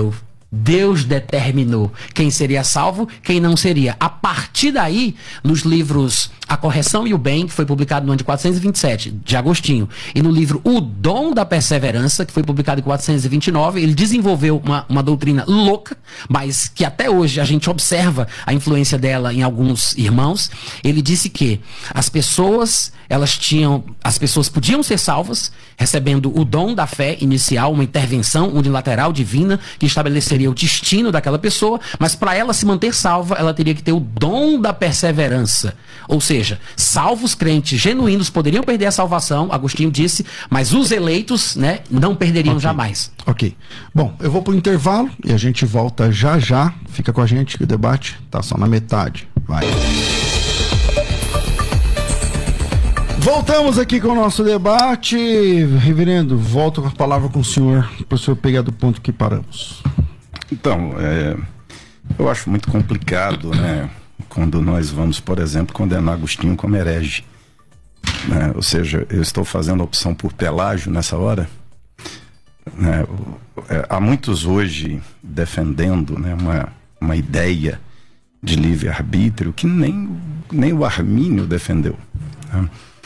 Deus determinou quem seria salvo, quem não seria. A partir daí, nos livros A Correção e o Bem, que foi publicado no ano de quatrocentos e vinte e sete, de Agostinho, e no livro O Dom da Perseverança, que foi publicado em quatrocentos e vinte e nove, ele desenvolveu uma, uma doutrina louca, mas que até hoje a gente observa a influência dela em alguns irmãos. Ele disse que as pessoas, elas tinham, as pessoas podiam ser salvas, recebendo o dom da fé inicial, uma intervenção unilateral divina, que estabeleceria o destino daquela pessoa, mas para ela se manter salva, ela teria que ter o dom da perseverança. Ou seja, salvos crentes genuínos poderiam perder a salvação, Agostinho disse, mas os eleitos, né, não perderiam okay. jamais. Ok. Bom, eu vou para o intervalo e a gente volta já já. Fica com a gente que o debate tá só na metade. Vai. Voltamos aqui com o nosso debate. Reverendo, volto com a palavra com o senhor, para o senhor pegar do ponto que paramos. Então, é, eu acho muito complicado, né, quando nós vamos, por exemplo, condenar Agostinho como herege. Né? Ou seja, eu estou fazendo a opção por Pelágio nessa hora. Né? É, há muitos hoje defendendo, né, uma, uma ideia de livre-arbítrio que nem, nem o Armínio defendeu. Né?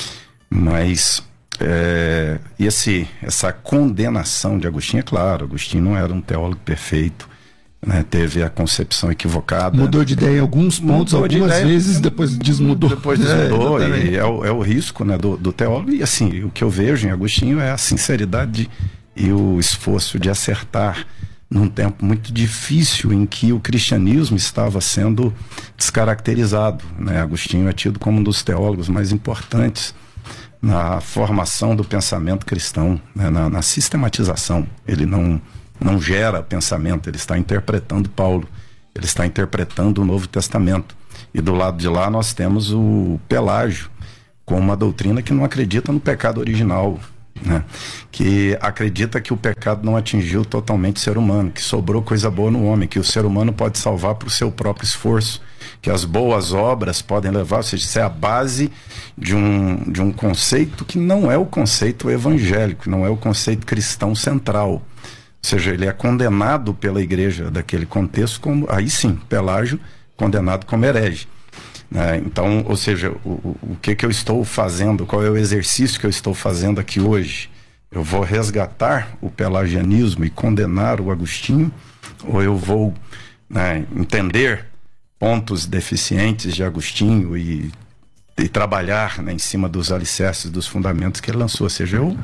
Mas é, esse, essa condenação de Agostinho, é claro, Agostinho não era um teólogo perfeito, né, teve a concepção equivocada. Mudou de ideia em alguns pontos, Mudou algumas de ideia, vezes, depois desmudou. Depois desmudou, é, e é o, é o risco, né, do, do teólogo. E assim, o que eu vejo em Agostinho é a sinceridade e o esforço de acertar num tempo muito difícil em que o cristianismo estava sendo descaracterizado. Né? Agostinho é tido como um dos teólogos mais importantes na formação do pensamento cristão, né? na, na sistematização. Ele não, não gera pensamento, ele está interpretando Paulo, ele está interpretando o Novo Testamento. E do lado de lá nós temos o Pelágio, com uma doutrina que não acredita no pecado original, né? Que acredita que o pecado não atingiu totalmente o ser humano, que sobrou coisa boa no homem, que o ser humano pode salvar por seu próprio esforço, que as boas obras podem levar, ou seja, isso é a base de um, de um conceito que não é o conceito evangélico, não é o conceito cristão central. Ou seja, ele é condenado pela igreja daquele contexto como, aí sim, Pelágio, condenado como herege. É, então, ou seja, o, o, o que que eu estou fazendo, qual é o exercício que eu estou fazendo aqui hoje? Eu vou resgatar o pelagianismo e condenar o Agostinho, ou eu vou, né, entender pontos deficientes de Agostinho e, e trabalhar, né, em cima dos alicerces, dos fundamentos que ele lançou? Ou seja, eu,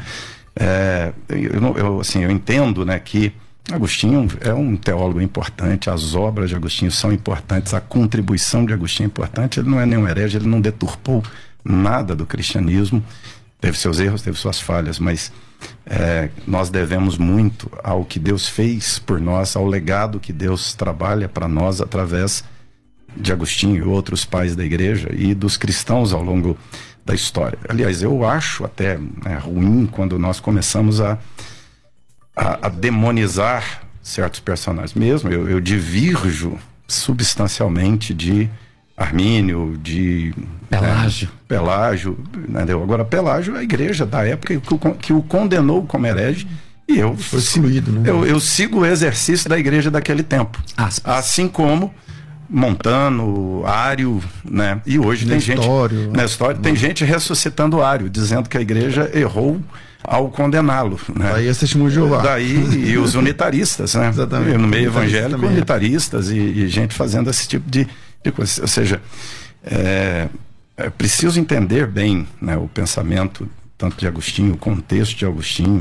é, eu, eu, assim, eu entendo, né, que Agostinho é um teólogo importante, as obras de Agostinho são importantes, a contribuição de Agostinho é importante, ele não é nenhum herege, ele não deturpou nada do cristianismo, teve seus erros, teve suas falhas, mas é, nós devemos muito ao que Deus fez por nós, ao legado que Deus trabalha para nós através de Agostinho e outros pais da igreja e dos cristãos ao longo da história. Aliás, eu acho até, né, ruim quando nós começamos a A, a demonizar certos personagens. Mesmo eu, eu divirjo substancialmente de Armínio, de Pelágio. Né, Pelágio, entendeu? Agora, Pelágio é a igreja da época que, o, que o condenou como herege, e eu, foi excluído, né? eu, eu sigo o exercício da igreja daquele tempo. Aspas. Assim como Montano, Ário, né? E hoje Nestório, tem gente, Nestório, tem gente ressuscitando Ário, dizendo que a igreja errou ao condená-lo, né? Daí é testemunho de Jeová. Daí e os unitaristas, né? Exatamente. No meio evangélico, também. unitaristas e, e gente fazendo esse tipo de, de coisa. Ou seja, é, é preciso entender bem, né, o pensamento tanto de Agostinho, o contexto de Agostinho,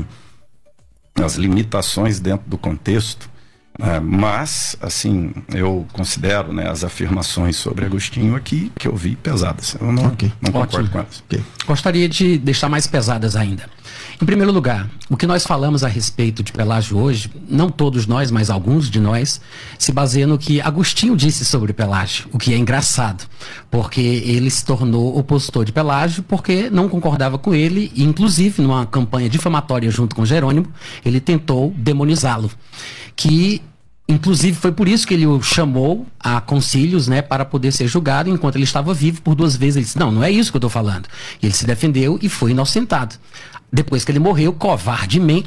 as limitações dentro do contexto. É, mas, assim, eu considero, né, as afirmações sobre Agostinho aqui que eu vi pesadas. Eu não, okay. não concordo Ótimo. com elas. Okay. Gostaria de deixar mais pesadas ainda. Em primeiro lugar, o que nós falamos a respeito de Pelágio hoje, não todos nós, mas alguns de nós, se baseia no que Agostinho disse sobre Pelágio, o que é engraçado, porque ele se tornou opositor de Pelágio porque não concordava com ele, e inclusive numa campanha difamatória junto com Jerônimo, ele tentou demonizá-lo, que inclusive foi por isso que ele o chamou a concílios, né, para poder ser julgado enquanto ele estava vivo. Por duas vezes ele disse, não, não é isso que eu estou falando. E ele se defendeu e foi inocentado. Depois que ele morreu, covardemente,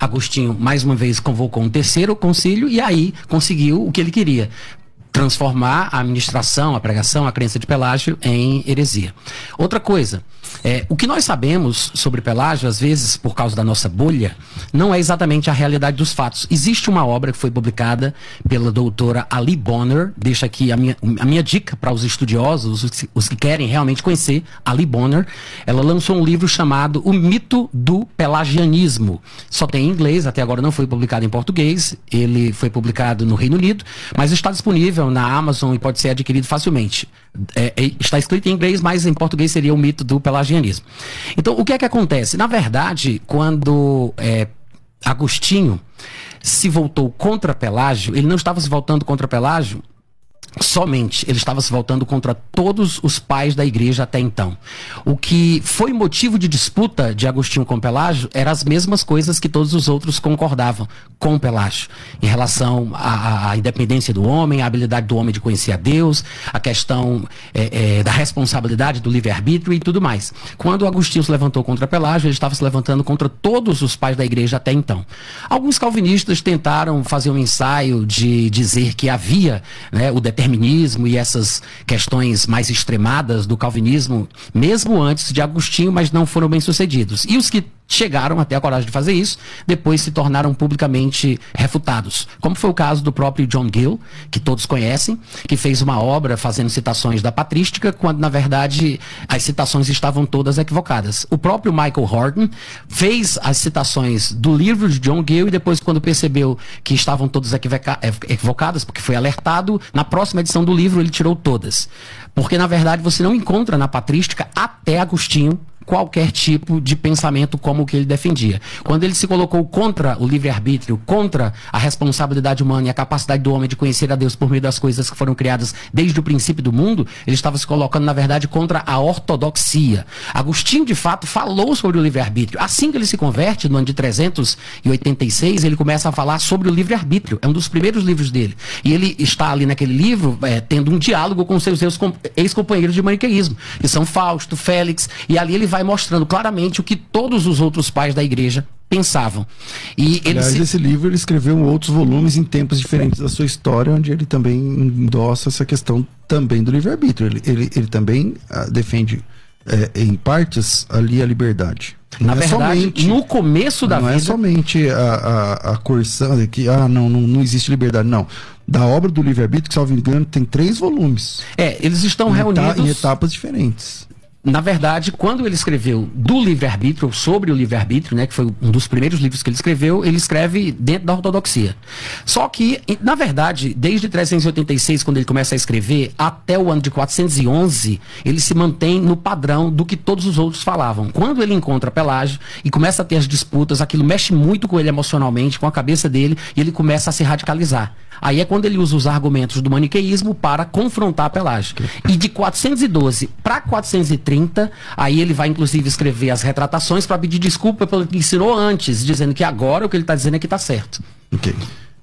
Agostinho, mais uma vez, convocou um terceiro concílio e aí conseguiu o que ele queria: transformar a administração, a pregação, a crença de Pelágio em heresia. Outra coisa, é, o que nós sabemos sobre Pelágio, às vezes, por causa da nossa bolha, não é exatamente a realidade dos fatos. Existe uma obra que foi publicada pela doutora Ali Bonner, deixa aqui a minha, a minha dica para os estudiosos, os, os que querem realmente conhecer Ali Bonner. Ela lançou um livro chamado O Mito do Pelagianismo. Só tem em inglês, até agora não foi publicado em português, ele foi publicado no Reino Unido, mas está disponível na Amazon e pode ser adquirido facilmente. É, é, está escrito em inglês, mas em português seria o mito do pelagianismo. Então, o que é que acontece? Na verdade, quando é, Agostinho se voltou contra Pelágio, ele não estava se voltando contra Pelágio somente, ele estava se voltando contra todos os pais da igreja até então. O que foi motivo de disputa de Agostinho com Pelágio eram as mesmas coisas que todos os outros concordavam com Pelágio, em relação à, à independência do homem, a habilidade do homem de conhecer a Deus, a questão é, é, da responsabilidade do livre-arbítrio e tudo mais. Quando Agostinho se levantou contra Pelágio, ele estava se levantando contra todos os pais da igreja até então. Alguns calvinistas tentaram fazer um ensaio de dizer que havia, né, o determinismo e essas questões mais extremadas do calvinismo, mesmo antes de Agostinho, mas não foram bem sucedidos. E os que chegaram até a coragem de fazer isso, depois se tornaram publicamente refutados. Como foi o caso do próprio John Gill, que todos conhecem, que fez uma obra fazendo citações da patrística, quando na verdade as citações estavam todas equivocadas. O próprio Michael Horton fez as citações do livro de John Gill e depois, quando percebeu que estavam todas equivocadas, porque foi alertado, na próxima edição do livro ele tirou todas. Porque na verdade você não encontra na patrística até Agostinho qualquer tipo de pensamento como o que ele defendia. Quando ele se colocou contra o livre-arbítrio, contra a responsabilidade humana e a capacidade do homem de conhecer a Deus por meio das coisas que foram criadas desde o princípio do mundo, ele estava se colocando, na verdade, contra a ortodoxia. Agostinho, de fato, falou sobre o livre-arbítrio. Assim que ele se converte, no ano de trezentos e oitenta e seis, ele começa a falar sobre o livre-arbítrio. É um dos primeiros livros dele. E ele está ali naquele livro, é, tendo um diálogo com seus ex-companheiros de maniqueísmo, que são Fausto, Félix, e ali ele vai mostrando claramente o que todos os outros pais da igreja pensavam. E ele Aliás, se... esse livro ele escreveu outros volumes em tempos diferentes da sua história, onde ele também endossa essa questão também do livre-arbítrio. Ele, ele, ele também ah, defende é, em partes ali a liberdade. Na não verdade, é somente, no começo da não vida... Não é somente a, a, a coerção de que ah, não, não, não existe liberdade, não. Da obra do livre-arbítrio, que, salvo engano, tem três volumes. É, eles estão em reunidos... Eta, em etapas diferentes. Na verdade, quando ele escreveu do livre-arbítrio, sobre o livre-arbítrio, né, que foi um dos primeiros livros que ele escreveu, ele escreve dentro da ortodoxia. Só que, na verdade, desde trezentos e oitenta e seis, quando ele começa a escrever, até o ano de quatrocentos e onze, ele se mantém no padrão do que todos os outros falavam. Quando ele encontra Pelágio e começa a ter as disputas, aquilo mexe muito com ele emocionalmente, com a cabeça dele, e ele começa a se radicalizar. Aí é quando ele usa os argumentos do maniqueísmo para confrontar Pelágio. E de quatrocentos e doze para quatrocentos e trinta, aí ele vai inclusive escrever as retratações para pedir desculpa pelo que ensinou antes, dizendo que agora o que ele está dizendo é que está certo. Ok.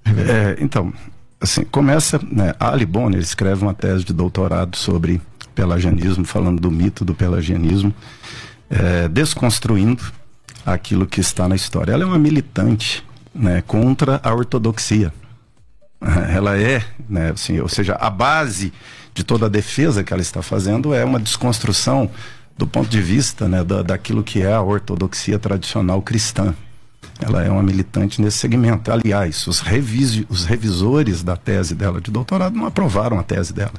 É, então, assim, começa, né, Ali Bonner escreve uma tese de doutorado sobre pelagianismo, falando do mito do pelagianismo, é, desconstruindo aquilo que está na história. Ela é uma militante, né, contra a ortodoxia. Ela é, né, assim, ou seja, a base de toda a defesa que ela está fazendo é uma desconstrução do ponto de vista, né, da, daquilo que é a ortodoxia tradicional cristã. Ela é uma militante nesse segmento. Aliás, os, revisi, os revisores da tese dela de doutorado não aprovaram a tese dela.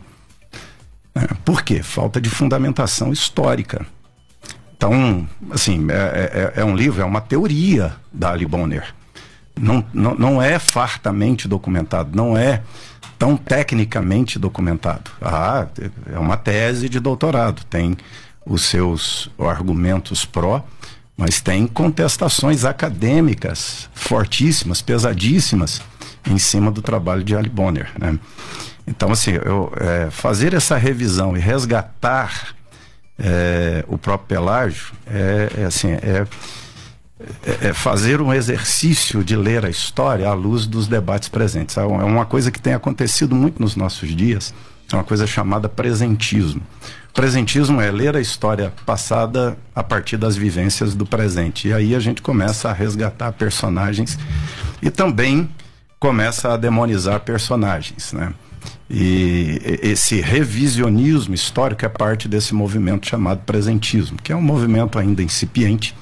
É, por quê? Falta de fundamentação histórica. Então, assim, é, é, é um livro, é uma teoria da Ali Bonner. Não, não, não é fartamente documentado, não é tão tecnicamente documentado. Ah, é uma tese de doutorado, tem os seus argumentos pró, mas tem contestações acadêmicas fortíssimas, pesadíssimas, em cima do trabalho de Ali Bonner, né? Então, assim, eu, é, fazer essa revisão e resgatar é, o próprio Pelágio é, é assim, é... É fazer um exercício de ler a história à luz dos debates presentes. É uma coisa que tem acontecido muito nos nossos dias, é uma coisa chamada presentismo. Presentismo é ler a história passada a partir das vivências do presente. E aí a gente começa a resgatar personagens e também começa a demonizar personagens, né? E esse revisionismo histórico é parte desse movimento chamado presentismo, que é um movimento ainda incipiente.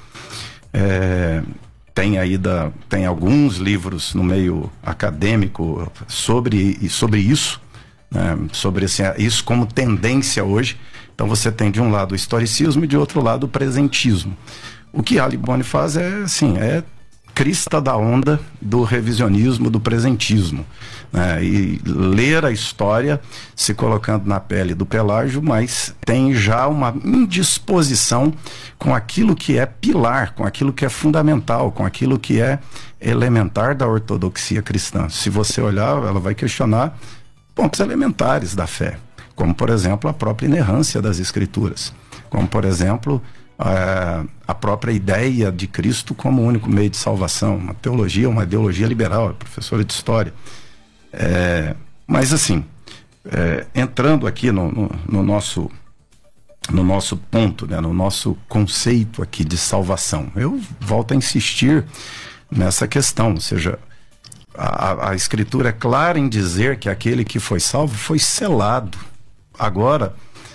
É, tem aí da, tem alguns livros no meio acadêmico sobre, sobre isso, né? Sobre esse, isso como tendência hoje. Então você tem de um lado o historicismo e de outro lado o presentismo. O que Ali Boni faz é, assim, é crista da onda do revisionismo, do presentismo, né? E ler a história se colocando na pele do Pelágio, mas tem já uma indisposição com aquilo que é pilar, com aquilo que é fundamental, com aquilo que é elementar da ortodoxia cristã. Se você olhar, ela vai questionar pontos elementares da fé, como, por exemplo, a própria inerrância das Escrituras, como, por exemplo, a, a própria ideia de Cristo como único meio de salvação, uma teologia, uma ideologia liberal, é professora de história. É, mas, assim, é, entrando aqui no, no, no, nosso, no nosso ponto, né, no nosso conceito aqui de salvação, eu volto a insistir nessa questão, ou seja, a, a Escritura é clara em dizer que aquele que foi salvo foi selado. Agora,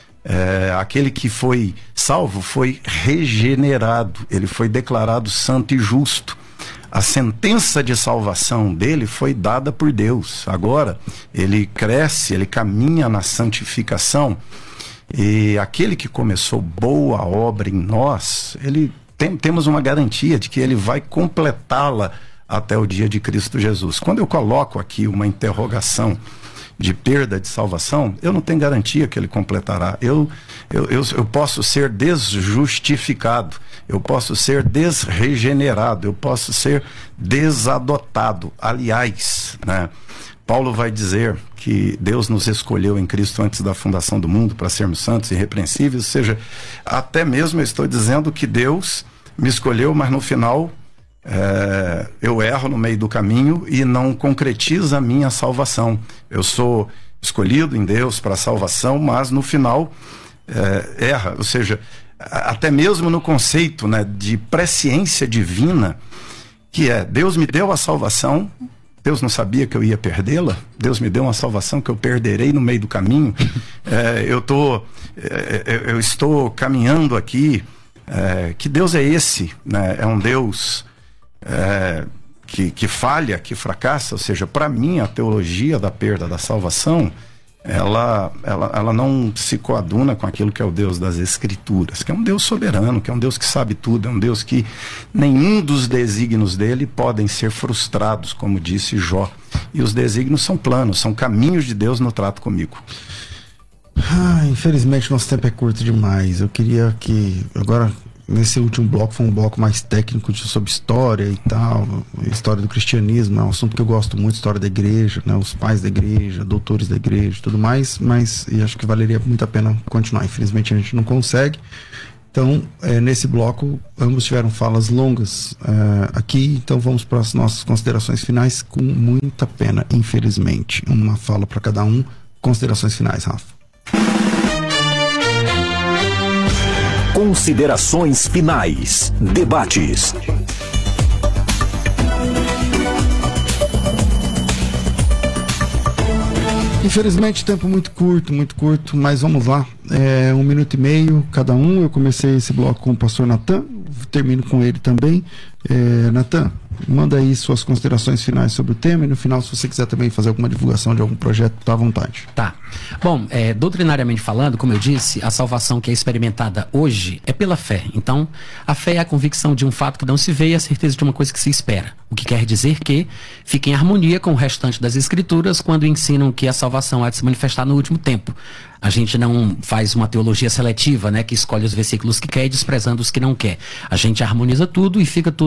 é, aquele que foi salvo foi regenerado, ele foi declarado santo e justo. A sentença de salvação dele foi dada por Deus. Agora, ele cresce, ele caminha na santificação, e aquele que começou boa obra em nós, ele tem, temos uma garantia de que ele vai completá-la até o dia de Cristo Jesus. Quando eu coloco aqui uma interrogação de perda de salvação, eu não tenho garantia que ele completará. Eu, eu, eu, eu posso ser desjustificado, eu posso ser desregenerado, eu posso ser desadotado. Aliás, né, Paulo vai dizer que Deus nos escolheu em Cristo antes da fundação do mundo para sermos santos e irrepreensíveis, ou seja, até mesmo eu estou dizendo que Deus me escolheu, mas no final É, eu erro no meio do caminho e não concretiza a minha salvação. Eu sou escolhido em Deus para a salvação, mas no final é, erra, ou seja, até mesmo no conceito, né, de presciência divina, que é, Deus me deu a salvação, Deus não sabia que eu ia perdê-la, Deus me deu uma salvação que eu perderei no meio do caminho. é, eu, tô, é, eu estou caminhando aqui, é, que Deus é esse, né? É um Deus É, que, que falha, que fracassa. Ou seja, para mim a teologia da perda da salvação, ela, ela, ela não se coaduna com aquilo que é o Deus das Escrituras, que é um Deus soberano, que é um Deus que sabe tudo, é um Deus que nenhum dos desígnios dele podem ser frustrados, como disse Jó. E os desígnios são planos, são caminhos de Deus no trato comigo. Ah, infelizmente nosso tempo é curto demais. Eu queria que agora, nesse último bloco, foi um bloco mais técnico de, sobre história e tal, história do cristianismo, é um assunto que eu gosto muito, história da igreja, né, os pais da igreja, doutores da igreja e tudo mais, mas e acho que valeria muito a pena continuar. Infelizmente a gente não consegue. Então, é, nesse bloco, ambos tiveram falas longas é, aqui, então vamos para as nossas considerações finais, com muita pena, infelizmente. Uma fala para cada um. Considerações finais, Rafa. Considerações finais. Debates. Infelizmente, tempo muito curto, muito curto, mas vamos lá. É, um minuto e meio cada um. Eu comecei esse bloco com o pastor Natan, termino com ele também. É, Natan, manda aí suas considerações finais sobre o tema, e no final, se você quiser também fazer alguma divulgação de algum projeto, tá à vontade. Tá. Bom, é, doutrinariamente falando, como eu disse, a salvação que é experimentada hoje é pela fé. Então, a fé é a convicção de um fato que não se vê e a certeza de uma coisa que se espera. O que quer dizer que fica em harmonia com o restante das Escrituras quando ensinam que a salvação há de se manifestar no último tempo. A gente não faz uma teologia seletiva, né, que escolhe os versículos que quer e desprezando os que não quer. A gente harmoniza tudo e fica tudo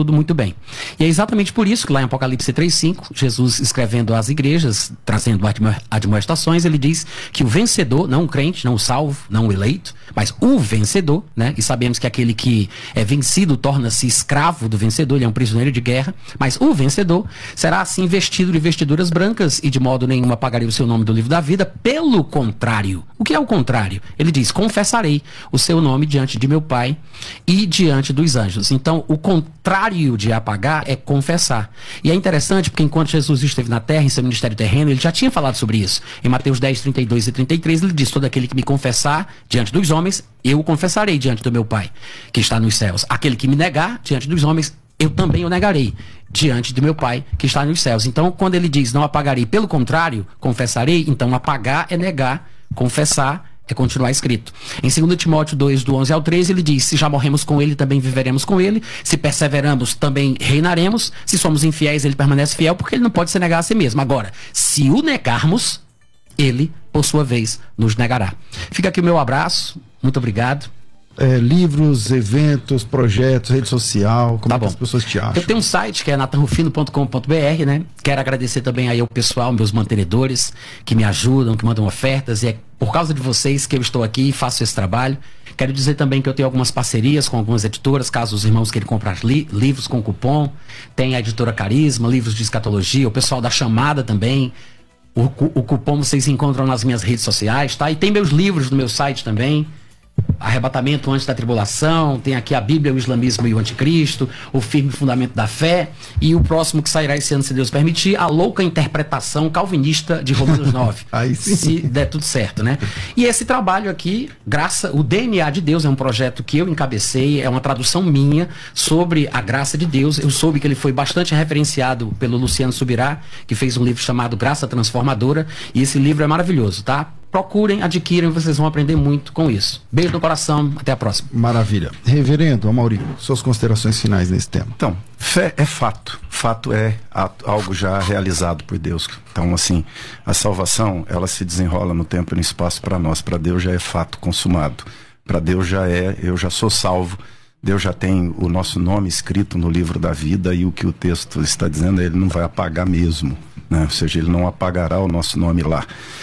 tudo muito bem. E é exatamente por isso que lá em Apocalipse três, cinco, Jesus escrevendo às igrejas, trazendo admoestações, ele diz que o vencedor, não o crente, não o salvo, não o eleito, mas o vencedor, né? E sabemos que aquele que é vencido torna-se escravo do vencedor, ele é um prisioneiro de guerra, mas o vencedor será assim vestido de vestiduras brancas e de modo nenhum apagaria o seu nome do livro da vida. Pelo contrário, o que é o contrário? Ele diz, confessarei o seu nome diante de meu Pai e diante dos anjos. Então, o contrário de apagar é confessar. E é interessante porque enquanto Jesus esteve na terra, em seu ministério terreno, ele já tinha falado sobre isso. Em Mateus dez, trinta e dois e trinta e três, ele diz, todo aquele que me confessar diante dos homens, eu o confessarei diante do meu Pai, que está nos céus. Aquele que me negar diante dos homens, eu também o negarei diante do meu Pai que está nos céus. Então, quando ele diz não apagarei, pelo contrário, confessarei, então apagar é negar, confessar é continuar escrito. Em dois Timóteo dois, do onze ao treze, ele diz, se já morremos com ele, também viveremos com ele, se perseveramos, também reinaremos, se somos infiéis, ele permanece fiel, porque ele não pode se negar a si mesmo. Agora, se o negarmos, ele, por sua vez, nos negará. Fica aqui o meu abraço, muito obrigado. É, livros, eventos, projetos, rede social, como Tá é que bom. as pessoas te acham? Eu tenho um site que é nathan rufino ponto com ponto b r, né? Quero agradecer também aí ao pessoal, meus mantenedores, que me ajudam, que mandam ofertas, e é por causa de vocês que eu estou aqui e faço esse trabalho. Quero dizer também que eu tenho algumas parcerias com algumas editoras, caso os irmãos queiram comprar li- livros com cupom. Tem a editora Carisma, livros de escatologia, o pessoal da Chamada também. O, cu- o cupom vocês encontram nas minhas redes sociais, tá? E tem meus livros no meu site também. Arrebatamento antes da tribulação, tem aqui a Bíblia, o Islamismo e o Anticristo, o Firme Fundamento da Fé, e o próximo que sairá esse ano, se Deus permitir, a louca interpretação calvinista de Romanos nove. Aí sim. Se der tudo certo, né? E esse trabalho aqui, graça, o D N A de Deus é um projeto que eu encabecei, é uma tradução minha sobre a graça de Deus. Eu soube que ele foi bastante referenciado pelo Luciano Subirá, que fez um livro chamado Graça Transformadora, e esse livro é maravilhoso, tá? Procurem, adquirem, vocês vão aprender muito com isso. Beijo no coração, até a próxima. Maravilha. Reverendo Amaury, suas considerações finais nesse tema. Então, fé é fato. Fato é algo já realizado por Deus. Então, assim, a salvação, ela se desenrola no tempo e no espaço para nós. Para Deus já é fato consumado. Para Deus já é, eu já sou salvo. Deus já tem o nosso nome escrito no livro da vida, e o que o texto está dizendo, ele não vai apagar mesmo, né? Ou seja, ele não apagará o nosso nome lá.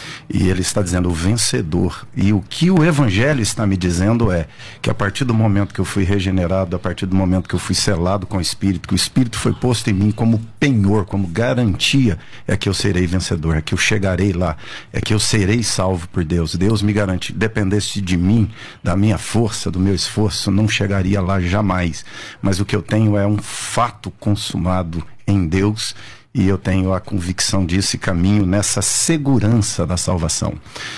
E ele está dizendo o vencedor. E o que o Evangelho está me dizendo é que a partir do momento que eu fui regenerado, a partir do momento que eu fui selado com o Espírito, que o Espírito foi posto em mim como penhor, como garantia, é que eu serei vencedor, é que eu chegarei lá, é que eu serei salvo por Deus. Deus me garante, dependesse de mim, da minha força, do meu esforço, não chegaria lá jamais. Mas o que eu tenho é um fato consumado em Deus, e eu tenho a convicção disso e caminho nessa segurança da salvação.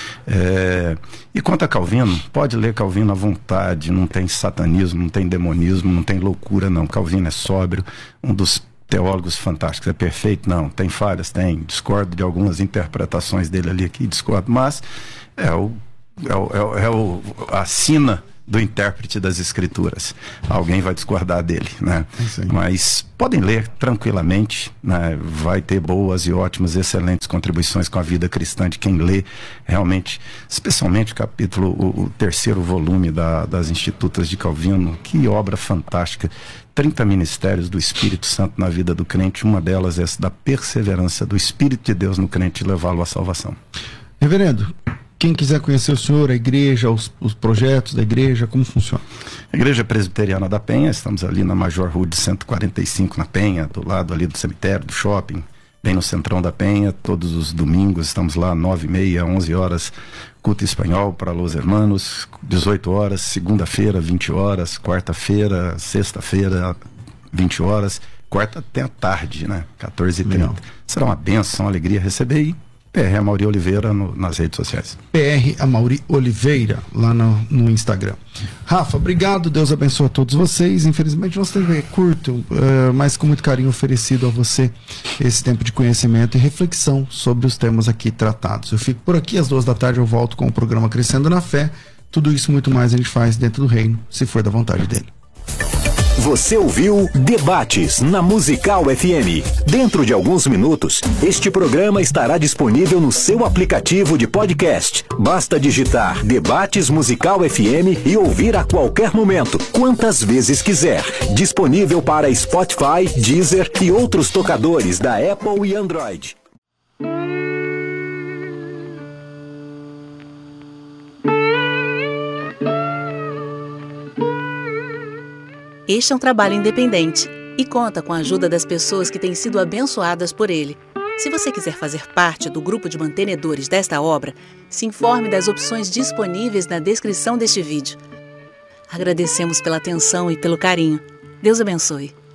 É... E quanto a Calvino, pode ler Calvino à vontade, não tem satanismo, não tem demonismo, não tem loucura não. Calvino é sóbrio, um dos teólogos fantásticos. É perfeito? Não. Tem falhas? Tem. Discordo de algumas interpretações dele ali aqui, discordo, mas é o, é o, é o, é o a sina do intérprete das escrituras. Alguém vai discordar dele, né? Mas podem ler tranquilamente, né? Vai ter boas e ótimas, excelentes contribuições com a vida cristã de quem lê realmente, especialmente o capítulo, o, o terceiro volume da, das Institutas de Calvino. Que obra fantástica. trinta ministérios do Espírito Santo na vida do crente, uma delas é essa da perseverança do Espírito de Deus no crente e levá-lo à salvação. Reverendo, quem quiser conhecer o senhor, a igreja, os, os projetos da igreja, como funciona? A Igreja Presbiteriana da Penha, estamos ali na Major Rude cento e quarenta e cinco na Penha, do lado ali do cemitério, do shopping, bem no centrão da Penha. Todos os domingos estamos lá, nove e meia, onze horas, culto espanhol para Los Hermanos, dezoito horas, segunda-feira, vinte horas, quarta-feira, sexta-feira, vinte horas, quarta até a tarde, né, quatorze e trinta. Será uma bênção, uma alegria receber aí. P R Amaury Oliveira no, nas redes sociais. P R Amaury Oliveira, lá no, no Instagram. Rafa, obrigado, Deus abençoe a todos vocês. Infelizmente nosso tempo é curto, uh, mas com muito carinho oferecido a você esse tempo de conhecimento e reflexão sobre os temas aqui tratados. Eu fico por aqui, às duas da tarde eu volto com o programa Crescendo na Fé. Tudo isso muito mais a gente faz dentro do reino, se for da vontade dele. Você ouviu Debates na Musical F M. Dentro de alguns minutos, este programa estará disponível no seu aplicativo de podcast. Basta digitar Debates Musical F M e ouvir a qualquer momento, quantas vezes quiser. Disponível para Spotify, Deezer e outros tocadores da Apple e Android. Este é um trabalho independente e conta com a ajuda das pessoas que têm sido abençoadas por ele. Se você quiser fazer parte do grupo de mantenedores desta obra, se informe das opções disponíveis na descrição deste vídeo. Agradecemos pela atenção e pelo carinho. Deus abençoe.